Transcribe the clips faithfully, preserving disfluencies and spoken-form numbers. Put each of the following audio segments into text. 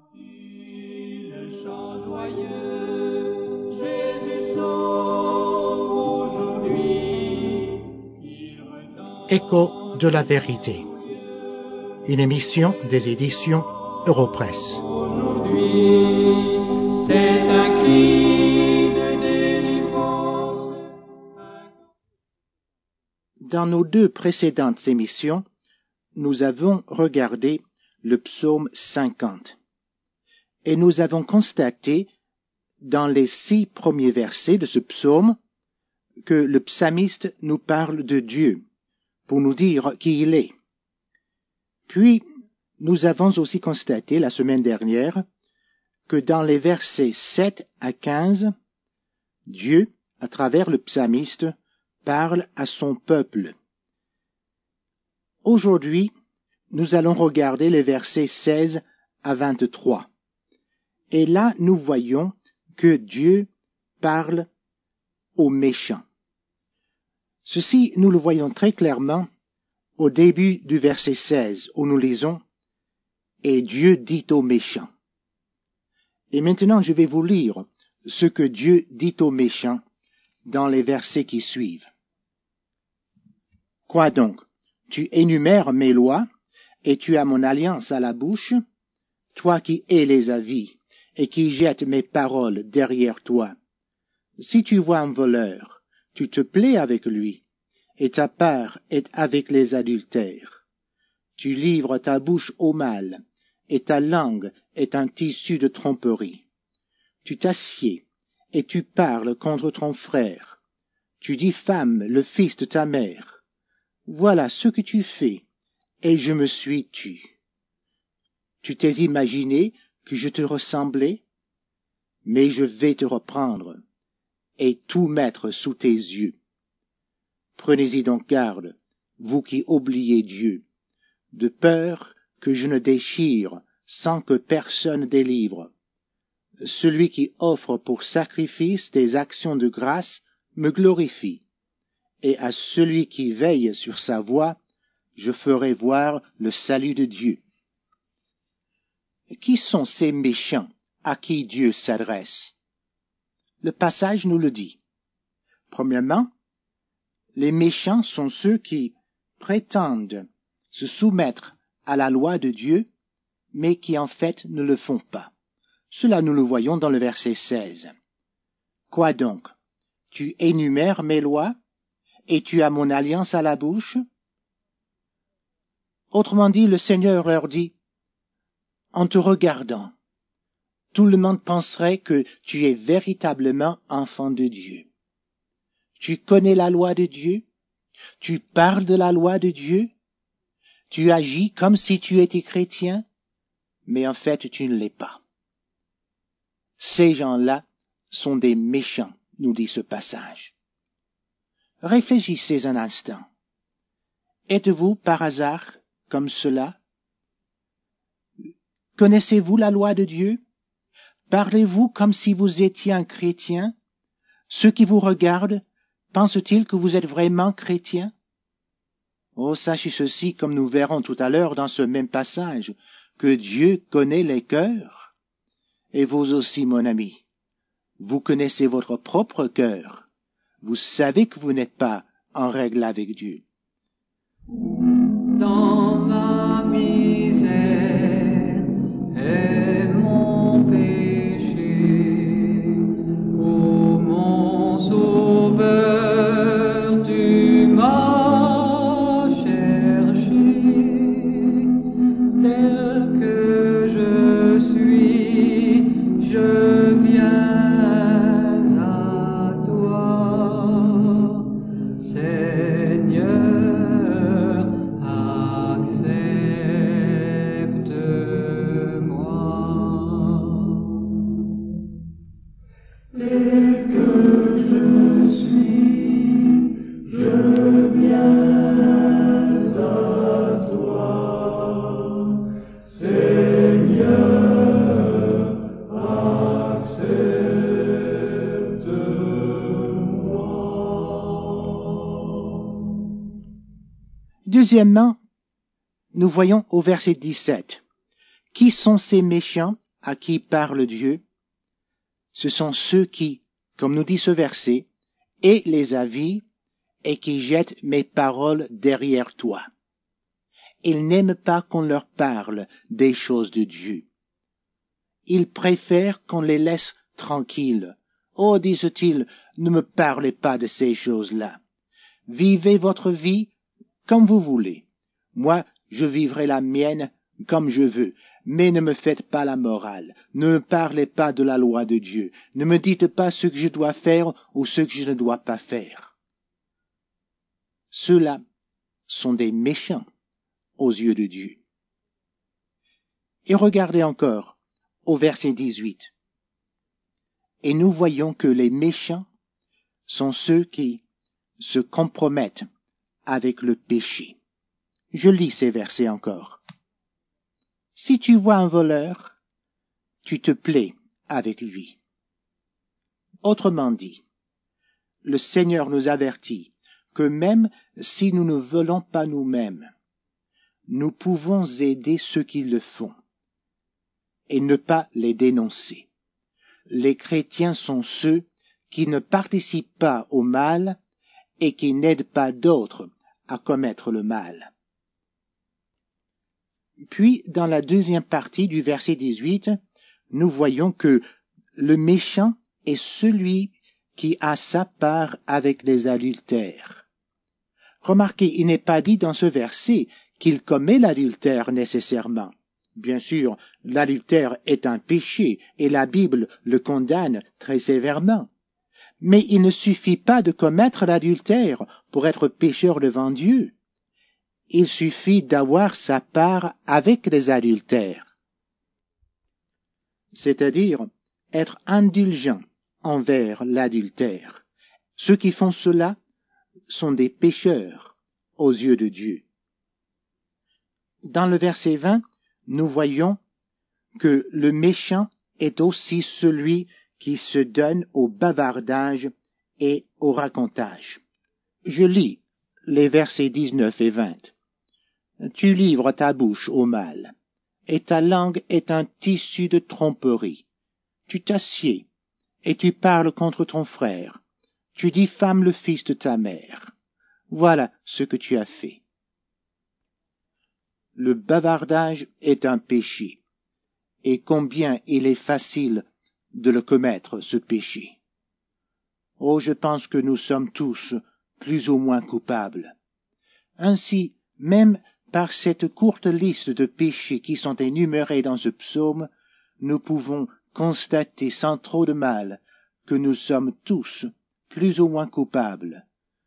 Le chant joyeux, Jésus sauve aujourd'hui. Il retombe. Écho de la vérité. Une émission des éditions Europresse. Aujourd'hui, c'est un cri de délivrance. Dans nos deux précédentes émissions, nous avons regardé le psaume cinquante. Et nous avons constaté, dans les six premiers versets de ce psaume, que le psalmiste nous parle de Dieu, pour nous dire qui il est. Puis, nous avons aussi constaté la semaine dernière que dans les versets sept à quinze, Dieu, à travers le psalmiste, parle à son peuple. Aujourd'hui, nous allons regarder les versets seize à vingt-trois. Et là, nous voyons que Dieu parle aux méchants. Ceci, nous le voyons très clairement au début du verset seize, où nous lisons « Et Dieu dit aux méchants ». Et maintenant, je vais vous lire ce que Dieu dit aux méchants dans les versets qui suivent. « Quoi donc? Tu énumères mes lois, et tu as mon alliance à la bouche, toi qui hais les avis, et qui jettes mes paroles derrière toi. Si tu vois un voleur, tu te plais avec lui, et ta part est avec les adultères. Tu livres ta bouche au mal, et ta langue est un tissu de tromperie. Tu t'assieds, et tu parles contre ton frère. Tu diffames le fils de ta mère. Voilà ce que tu fais, et je me suis tu. Tu t'es imaginé que je te ressemblais? Mais je vais te reprendre, et tout mettre sous tes yeux. Prenez-y donc garde, vous qui oubliez Dieu, de peur que je ne déchire sans que personne délivre. Celui qui offre pour sacrifice des actions de grâce me glorifie, et à celui qui veille sur sa voie, je ferai voir le salut de Dieu. Qui sont ces méchants à qui Dieu s'adresse? Le passage nous le dit. Premièrement, les méchants sont ceux qui prétendent se soumettre à la loi de Dieu, mais qui en fait ne le font pas. Cela nous le voyons dans le verset seize. Quoi donc? Tu énumères mes lois, et tu as mon alliance à la bouche? Autrement dit, le Seigneur leur dit, en te regardant, tout le monde penserait que tu es véritablement enfant de Dieu. Tu connais la loi de Dieu, tu parles de la loi de Dieu, tu agis comme si tu étais chrétien, mais en fait tu ne l'es pas. Ces gens-là sont des méchants, nous dit ce passage. Réfléchissez un instant. Êtes-vous par hasard comme cela? Connaissez-vous la loi de Dieu? Parlez-vous comme si vous étiez un chrétien? Ceux qui vous regardent, pensent-ils que vous êtes vraiment chrétien? Oh, sachez ceci, comme nous verrons tout à l'heure dans ce même passage, que Dieu connaît les cœurs. Et vous aussi, mon ami, vous connaissez votre propre cœur. Vous savez que vous n'êtes pas en règle avec Dieu. Dans ma misère et mon péché, ô mon Sauveur, tu m'as cherché, tel que je suis, je viens à toi, Seigneur. Deuxièmement, nous voyons au verset dix-sept. Qui sont ces méchants à qui parle Dieu, ce sont ceux qui, comme nous dit ce verset, aient les avis et qui jettent mes paroles derrière toi. Ils n'aiment pas qu'on leur parle des choses de Dieu. Ils préfèrent qu'on les laisse tranquilles. Oh, disent-ils, ne me parlez pas de ces choses-là. Vivez votre vie comme vous voulez. Moi, je vivrai la mienne comme je veux, mais ne me faites pas la morale. Ne me parlez pas de la loi de Dieu. Ne me dites pas ce que je dois faire ou ce que je ne dois pas faire. Ceux-là sont des méchants aux yeux de Dieu. Et regardez encore au verset dix-huit. Et nous voyons que les méchants sont ceux qui se compromettent avec le péché. Je lis ces versets encore. Si tu vois un voleur, tu te plais avec lui. Autrement dit, le Seigneur nous avertit que même si nous ne volons pas nous-mêmes, nous pouvons aider ceux qui le font et ne pas les dénoncer. Les chrétiens sont ceux qui ne participent pas au mal et qui n'aident pas d'autres à commettre le mal. Puis, dans la deuxième partie du verset dix-huit, nous voyons que le méchant est celui qui a sa part avec les adultères. Remarquez, il n'est pas dit dans ce verset qu'il commet l'adultère nécessairement. Bien sûr, l'adultère est un péché et la Bible le condamne très sévèrement. Mais il ne suffit pas de commettre l'adultère pour être pécheur devant Dieu. Il suffit d'avoir sa part avec les adultères, c'est-à-dire être indulgent envers l'adultère. Ceux qui font cela sont des pécheurs aux yeux de Dieu. Dans le verset vingt, nous voyons que le méchant est aussi celui qui se donne au bavardage et au racontage. Je lis les versets dix-neuf et vingt. Tu livres ta bouche au mal, et ta langue est un tissu de tromperie. Tu t'assieds, et tu parles contre ton frère. Tu diffames le fils de ta mère. Voilà ce que tu as fait. Le bavardage est un péché, et combien il est facile de le commettre, ce péché. Oh, je pense que nous sommes tous plus ou moins coupables. Ainsi, même par cette courte liste de péchés qui sont énumérés dans ce psaume, nous pouvons constater sans trop de mal que nous sommes tous plus ou moins coupables.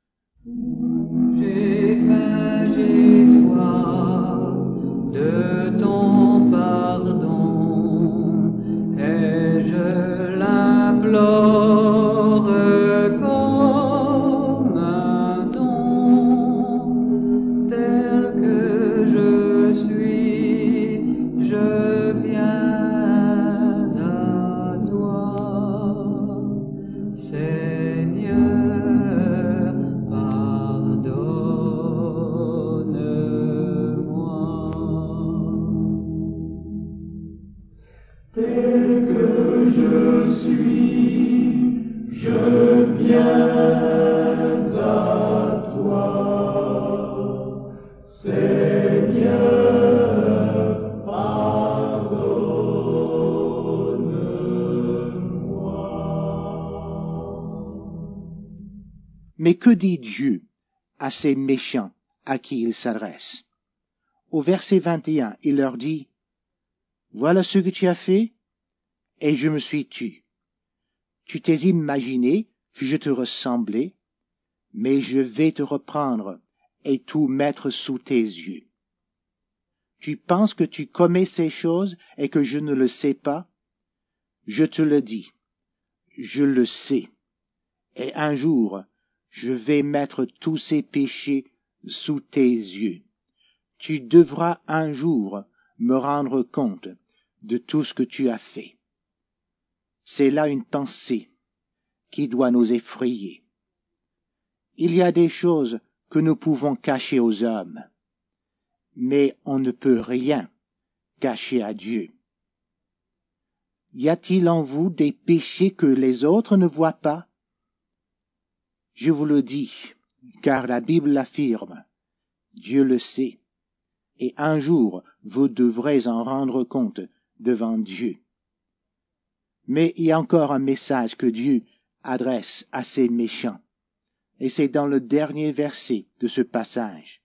J'ai faim, j'ai soif de ton pardon, et je l'implore comme un don. Tel que je suis, je viens à toi, Seigneur. Tel que je suis, je viens à toi, Seigneur, pardonne-moi. Mais que dit Dieu à ces méchants à qui il s'adresse? Au verset vingt et un, il leur dit: voilà ce que tu as fait, et je me suis tu. Tu t'es imaginé que je te ressemblais, mais je vais te reprendre et tout mettre sous tes yeux. Tu penses que tu commets ces choses et que je ne le sais pas? Je te le dis, je le sais, et un jour je vais mettre tous ces péchés sous tes yeux. Tu devras un jour me rendre compte de tout ce que tu as fait. C'est là une pensée qui doit nous effrayer. Il y a des choses que nous pouvons cacher aux hommes, mais on ne peut rien cacher à Dieu. Y a-t-il en vous des péchés que les autres ne voient pas? Je vous le dis, car la Bible l'affirme. Dieu le sait, et un jour vous devrez en rendre compte devant Dieu. Mais il y a encore un message que Dieu adresse à ces méchants, et c'est dans le dernier verset de ce passage.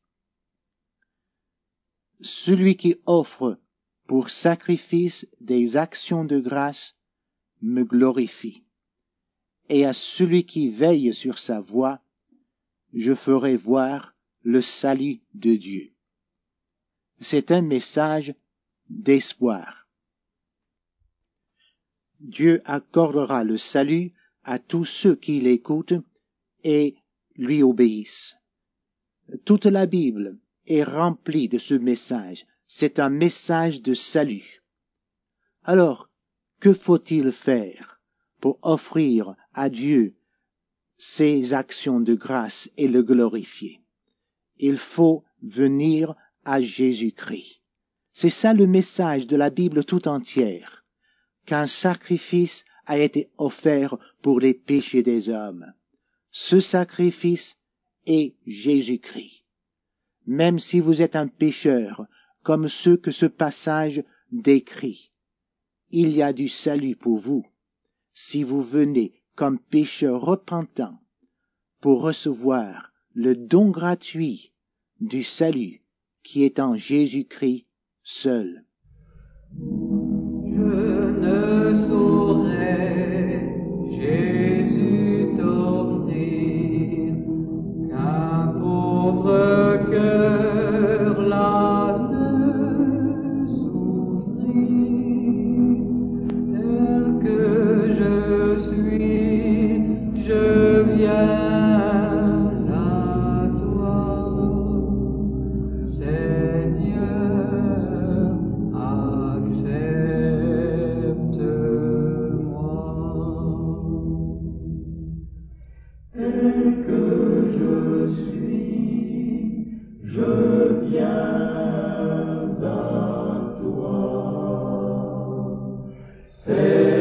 Celui qui offre pour sacrifice des actions de grâce me glorifie, et à celui qui veille sur sa voie, je ferai voir le salut de Dieu. C'est un message d'espoir. Dieu accordera le salut à tous ceux qui l'écoutent et lui obéissent. Toute la Bible est remplie de ce message. C'est un message de salut. Alors, que faut-il faire pour offrir à Dieu ses actions de grâce et le glorifier? Il faut venir à Jésus-Christ. C'est ça le message de la Bible tout entière, qu'un sacrifice a été offert pour les péchés des hommes. Ce sacrifice est Jésus-Christ. Même si vous êtes un pécheur, comme ceux que ce passage décrit, il y a du salut pour vous, si vous venez comme pécheur repentant pour recevoir le don gratuit du salut qui est en Jésus-Christ seul. Je ne saurais, Jésus, t'offrir qu'un pauvre cœur las de souffrir. Tel que je suis, je viens à toi, Seigneur, accepte-moi. Tel que je suis, je viens à toi. C'est